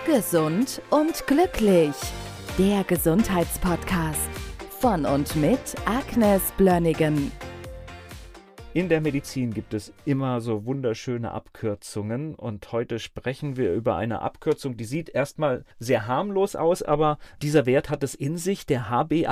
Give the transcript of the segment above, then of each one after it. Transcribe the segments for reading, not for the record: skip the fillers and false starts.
Gesund und glücklich. Der Gesundheitspodcast von und mit Agnes Blönnigan. In der Medizin gibt es immer so wunderschöne Abkürzungen und heute sprechen wir über eine Abkürzung, die sieht erstmal sehr harmlos aus, aber dieser Wert hat es in sich, der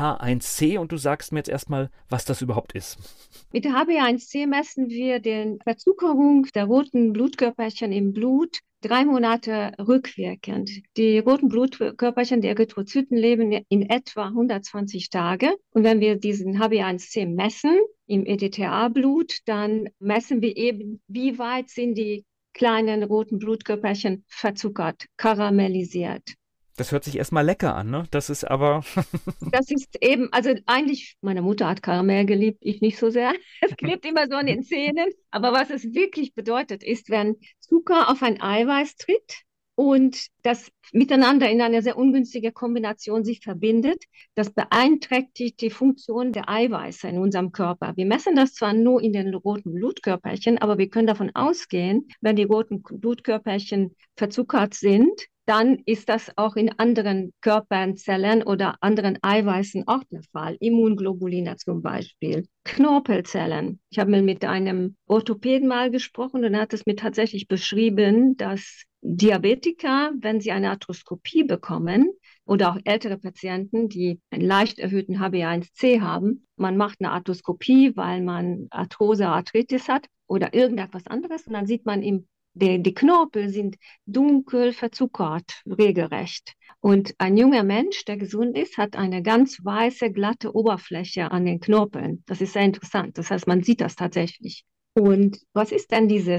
HbA1c, und du sagst mir jetzt erstmal, was das überhaupt ist. Mit der HbA1c messen wir die Verzuckerung der roten Blutkörperchen im Blut 3 Monate rückwirkend. Die roten Blutkörperchen, die Erythrozyten, leben in etwa 120 Tage. Und wenn wir diesen HbA1c messen im ETTA-Blut, dann messen wir eben, wie weit sind die kleinen roten Blutkörperchen verzuckert, karamellisiert. Das hört sich erstmal lecker an, ne? Das ist aber... Das ist eben, also eigentlich, meine Mutter hat Karamell geliebt, ich nicht so sehr. Es klebt immer so in den Zähnen. Aber was es wirklich bedeutet, ist, wenn Zucker auf ein Eiweiß tritt und das miteinander in einer sehr ungünstigen Kombination sich verbindet, das beeinträchtigt die Funktion der Eiweiße in unserem Körper. Wir messen das zwar nur in den roten Blutkörperchen, aber wir können davon ausgehen, wenn die roten Blutkörperchen verzuckert sind, dann ist das auch in anderen Körperzellen oder anderen Eiweißen auch der Fall. Immunglobuline zum Beispiel. Knorpelzellen. Ich habe mit einem Orthopäden mal gesprochen und er hat es mir tatsächlich beschrieben, dass Diabetiker, wenn sie eine Arthroskopie bekommen, oder auch ältere Patienten, die einen leicht erhöhten HbA1c haben, man macht eine Arthroskopie, weil man Arthrose, Arthritis hat oder irgendetwas anderes und dann sieht man die Knorpel sind dunkel verzuckert, regelrecht. Und ein junger Mensch, der gesund ist, hat eine ganz weiße, glatte Oberfläche an den Knorpeln. Das ist sehr interessant. Das heißt, man sieht das tatsächlich. Und was ist denn diese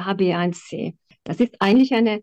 HbA1c? Das ist eigentlich eine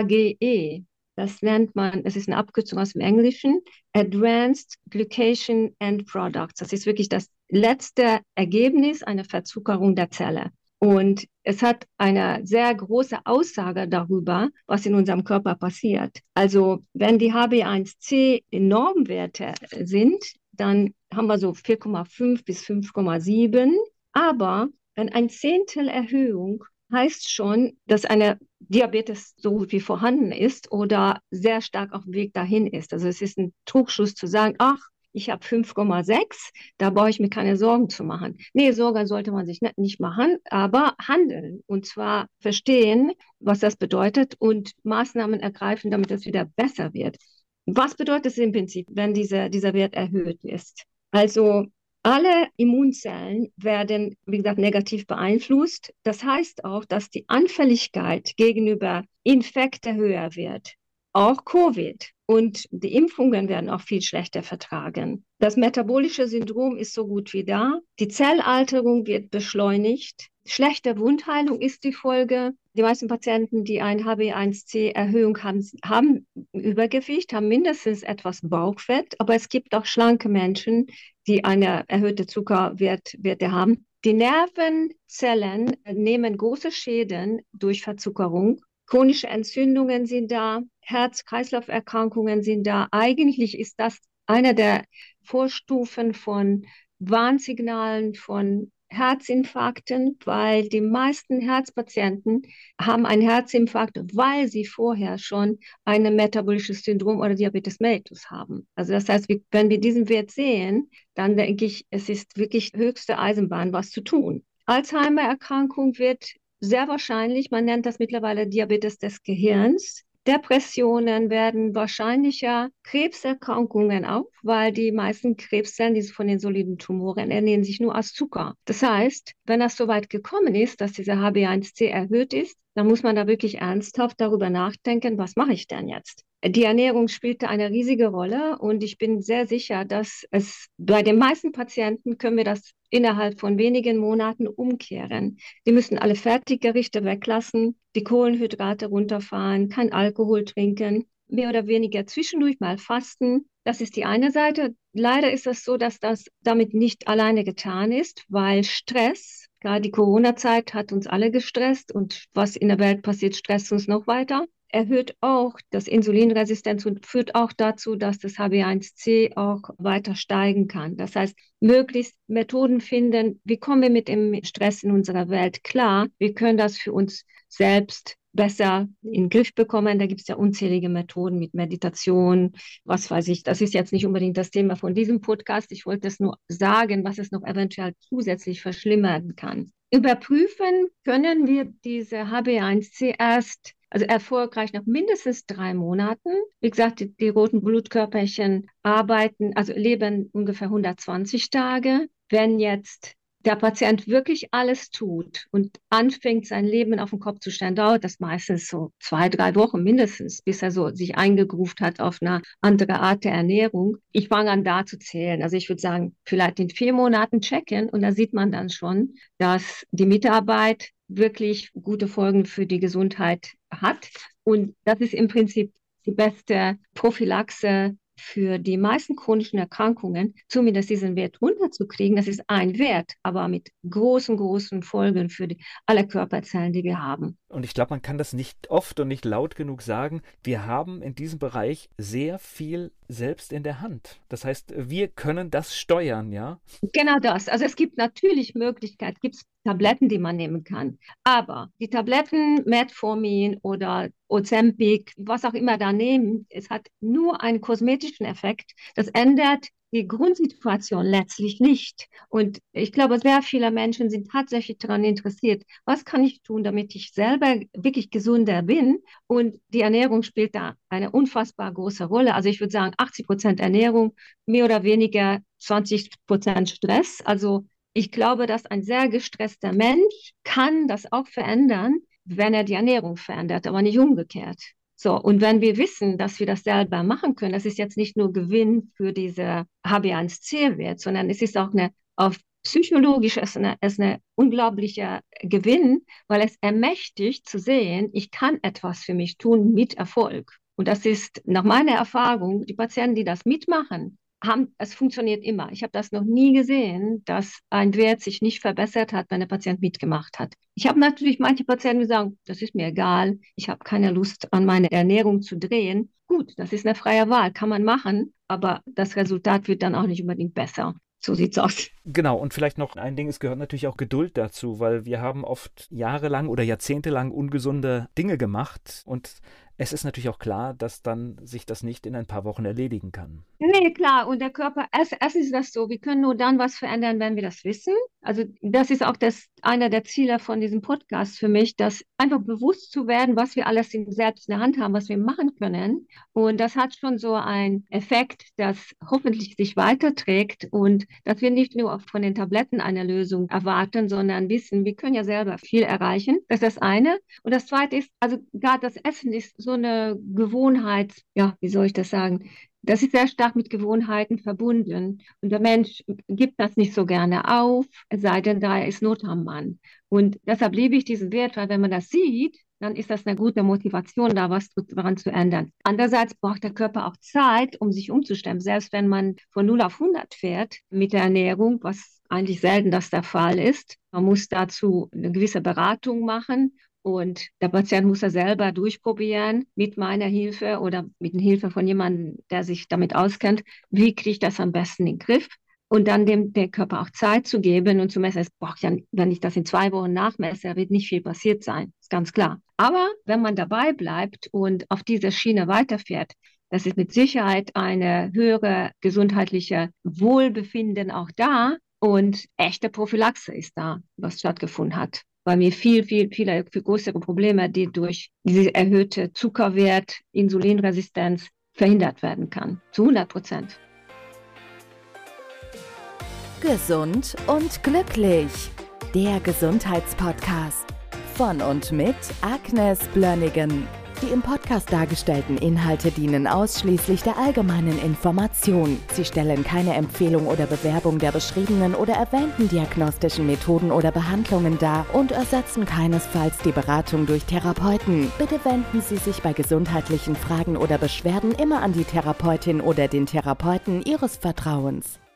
AGE. Das nennt man, es ist eine Abkürzung aus dem Englischen, Advanced Glycation End Products. Das ist wirklich das letzte Ergebnis einer Verzuckerung der Zelle. Und es hat eine sehr große Aussage darüber, was in unserem Körper passiert. Also wenn die HbA1c Normwerte sind, dann haben wir so 4,5 bis 5,7. Aber wenn ein Zehntel Erhöhung heißt schon, dass eine Diabetes so gut wie vorhanden ist oder sehr stark auf dem Weg dahin ist. Also es ist ein Trugschluss zu sagen, ach, ich habe 5,6, da brauche ich mir keine Sorgen zu machen. Nee, Sorgen sollte man sich nicht machen, aber handeln. Und zwar verstehen, was das bedeutet und Maßnahmen ergreifen, damit es wieder besser wird. Was bedeutet es im Prinzip, wenn dieser Wert erhöht ist? Also alle Immunzellen werden, wie gesagt, negativ beeinflusst. Das heißt auch, dass die Anfälligkeit gegenüber Infekten höher wird. Auch Covid. Und die Impfungen werden auch viel schlechter vertragen. Das metabolische Syndrom ist so gut wie da. Die Zellalterung wird beschleunigt. Schlechte Wundheilung ist die Folge. Die meisten Patienten, die eine HbA1c-Erhöhung haben Übergewicht, haben mindestens etwas Bauchfett. Aber es gibt auch schlanke Menschen, die eine erhöhte Zuckerwerte haben. Die Nervenzellen nehmen große Schäden durch Verzuckerung. Chronische Entzündungen sind da, Herz-Kreislauf-Erkrankungen sind da. Eigentlich ist das eine der Vorstufen von Warnsignalen von Herzinfarkten, weil die meisten Herzpatienten haben einen Herzinfarkt, weil sie vorher schon ein metabolisches Syndrom oder Diabetes mellitus haben. Also das heißt, wenn wir diesen Wert sehen, dann denke ich, es ist wirklich höchste Eisenbahn, was zu tun. Alzheimer-Erkrankung wird sehr wahrscheinlich, man nennt das mittlerweile Diabetes des Gehirns. Depressionen werden wahrscheinlicher, Krebserkrankungen auch, weil die meisten Krebszellen, die von den soliden Tumoren, ernähren sich nur aus Zucker. Das heißt, wenn das so weit gekommen ist, dass dieser HbA1c erhöht ist, dann muss man da wirklich ernsthaft darüber nachdenken, was mache ich denn jetzt? Die Ernährung spielte eine riesige Rolle und ich bin sehr sicher, dass es bei den meisten Patienten können wir das innerhalb von wenigen Monaten umkehren. Die müssen alle Fertiggerichte weglassen, die Kohlenhydrate runterfahren, kein Alkohol trinken, mehr oder weniger zwischendurch mal fasten. Das ist die eine Seite. Leider ist es so, dass das damit nicht alleine getan ist, weil Stress, gerade die Corona-Zeit hat uns alle gestresst und was in der Welt passiert, stresst uns noch weiter. Erhöht auch das Insulinresistenz und führt auch dazu, dass das HbA1c auch weiter steigen kann. Das heißt, möglichst Methoden finden, wie kommen wir mit dem Stress in unserer Welt klar? Wir können das für uns selbst besser in den Griff bekommen. Da gibt es ja unzählige Methoden mit Meditation, was weiß ich. Das ist jetzt nicht unbedingt das Thema von diesem Podcast. Ich wollte es nur sagen, was es noch eventuell zusätzlich verschlimmern kann. Überprüfen können wir diese HbA1c erst, also erfolgreich nach mindestens 3 Monaten. Wie gesagt, die roten Blutkörperchen leben ungefähr 120 Tage. Wenn jetzt der Patient wirklich alles tut und anfängt, sein Leben auf den Kopf zu stellen, dauert das meistens so 2, 3 Wochen mindestens, bis er so sich eingegruft hat auf eine andere Art der Ernährung. Ich fange an, da zu zählen. Also ich würde sagen, vielleicht in 4 Monaten checken und da sieht man dann schon, dass die Mitarbeit wirklich gute Folgen für die Gesundheit hat. Und das ist im Prinzip die beste Prophylaxe für die meisten chronischen Erkrankungen, zumindest diesen Wert runterzukriegen. Das ist ein Wert, aber mit großen Folgen für alle Körperzellen, die wir haben. Und ich glaube, man kann das nicht oft und nicht laut genug sagen. Wir haben in diesem Bereich sehr viel selbst in der Hand. Das heißt, wir können das steuern, ja? Genau das. Also es gibt natürlich Möglichkeiten, gibt es Tabletten, die man nehmen kann. Aber die Tabletten, Metformin oder Ozempic, was auch immer da nehmen, es hat nur einen kosmetischen Effekt. Das ändert die Grundsituation letztlich nicht. Und ich glaube, sehr viele Menschen sind tatsächlich daran interessiert, was kann ich tun, damit ich selber wirklich gesunder bin? Und die Ernährung spielt da eine unfassbar große Rolle. Also ich würde sagen, 80% Ernährung, mehr oder weniger 20% Stress. Also ich glaube, dass ein sehr gestresster Mensch kann das auch verändern, wenn er die Ernährung verändert, aber nicht umgekehrt. So, und wenn wir wissen, dass wir das selber machen können, das ist jetzt nicht nur Gewinn für diese HbA1c-Wert, sondern es ist auch auf psychologisch ist eine unglaubliche Gewinn, weil es ermächtigt zu sehen, ich kann etwas für mich tun mit Erfolg. Und das ist nach meiner Erfahrung, die Patienten, die das mitmachen, es funktioniert immer. Ich habe das noch nie gesehen, dass ein Wert sich nicht verbessert hat, wenn der Patient mitgemacht hat. Ich habe natürlich manche Patienten, die sagen, das ist mir egal, ich habe keine Lust, an meine Ernährung zu drehen. Gut, das ist eine freie Wahl, kann man machen, aber das Resultat wird dann auch nicht unbedingt besser. So sieht's aus. Genau, und vielleicht noch ein Ding, es gehört natürlich auch Geduld dazu, weil wir haben oft jahrelang oder jahrzehntelang ungesunde Dinge gemacht und es ist natürlich auch klar, dass dann sich das nicht in ein paar Wochen erledigen kann. Nee, klar. Und der Körper, erstens ist das so, wir können nur dann was verändern, wenn wir das wissen. Also das ist auch einer der Ziele von diesem Podcast für mich, dass einfach bewusst zu werden, was wir alles selbst in der Hand haben, was wir machen können. Und das hat schon so einen Effekt, das hoffentlich sich weiterträgt und dass wir nicht nur von den Tabletten eine Lösung erwarten, sondern wissen, wir können ja selber viel erreichen. Das ist das eine. Und das zweite ist, also gerade das Essen ist so eine Gewohnheit, ja, wie soll ich das sagen? Das ist sehr stark mit Gewohnheiten verbunden. Und der Mensch gibt das nicht so gerne auf, es sei denn, da ist Not am Mann. Und deshalb liebe ich diesen Wert, weil wenn man das sieht, dann ist das eine gute Motivation, da was daran zu ändern. Andererseits braucht der Körper auch Zeit, um sich umzustellen. Selbst wenn man von 0 auf 100 fährt mit der Ernährung, was eigentlich selten das der Fall ist. Man muss dazu eine gewisse Beratung machen. Und der Patient muss er selber durchprobieren mit meiner Hilfe oder mit der Hilfe von jemandem, der sich damit auskennt. Wie kriege ich das am besten in den Griff? Und dann dem Körper auch Zeit zu geben und zu messen. Es braucht ja, wenn ich das in 2 Wochen nachmesse, wird nicht viel passiert sein. Ist ganz klar. Aber wenn man dabei bleibt und auf dieser Schiene weiterfährt, das ist mit Sicherheit eine höhere gesundheitliche Wohlbefinden auch da und echte Prophylaxe ist da, was stattgefunden hat. Weil wir viel größere Probleme, die durch diese erhöhte Zuckerwert, Insulinresistenz verhindert werden kann. Zu 100%. Gesund und glücklich. Der Gesundheitspodcast. Von und mit Agnes Blönnigan. Die im Podcast dargestellten Inhalte dienen ausschließlich der allgemeinen Information. Sie stellen keine Empfehlung oder Bewerbung der beschriebenen oder erwähnten diagnostischen Methoden oder Behandlungen dar und ersetzen keinesfalls die Beratung durch Therapeuten. Bitte wenden Sie sich bei gesundheitlichen Fragen oder Beschwerden immer an die Therapeutin oder den Therapeuten Ihres Vertrauens.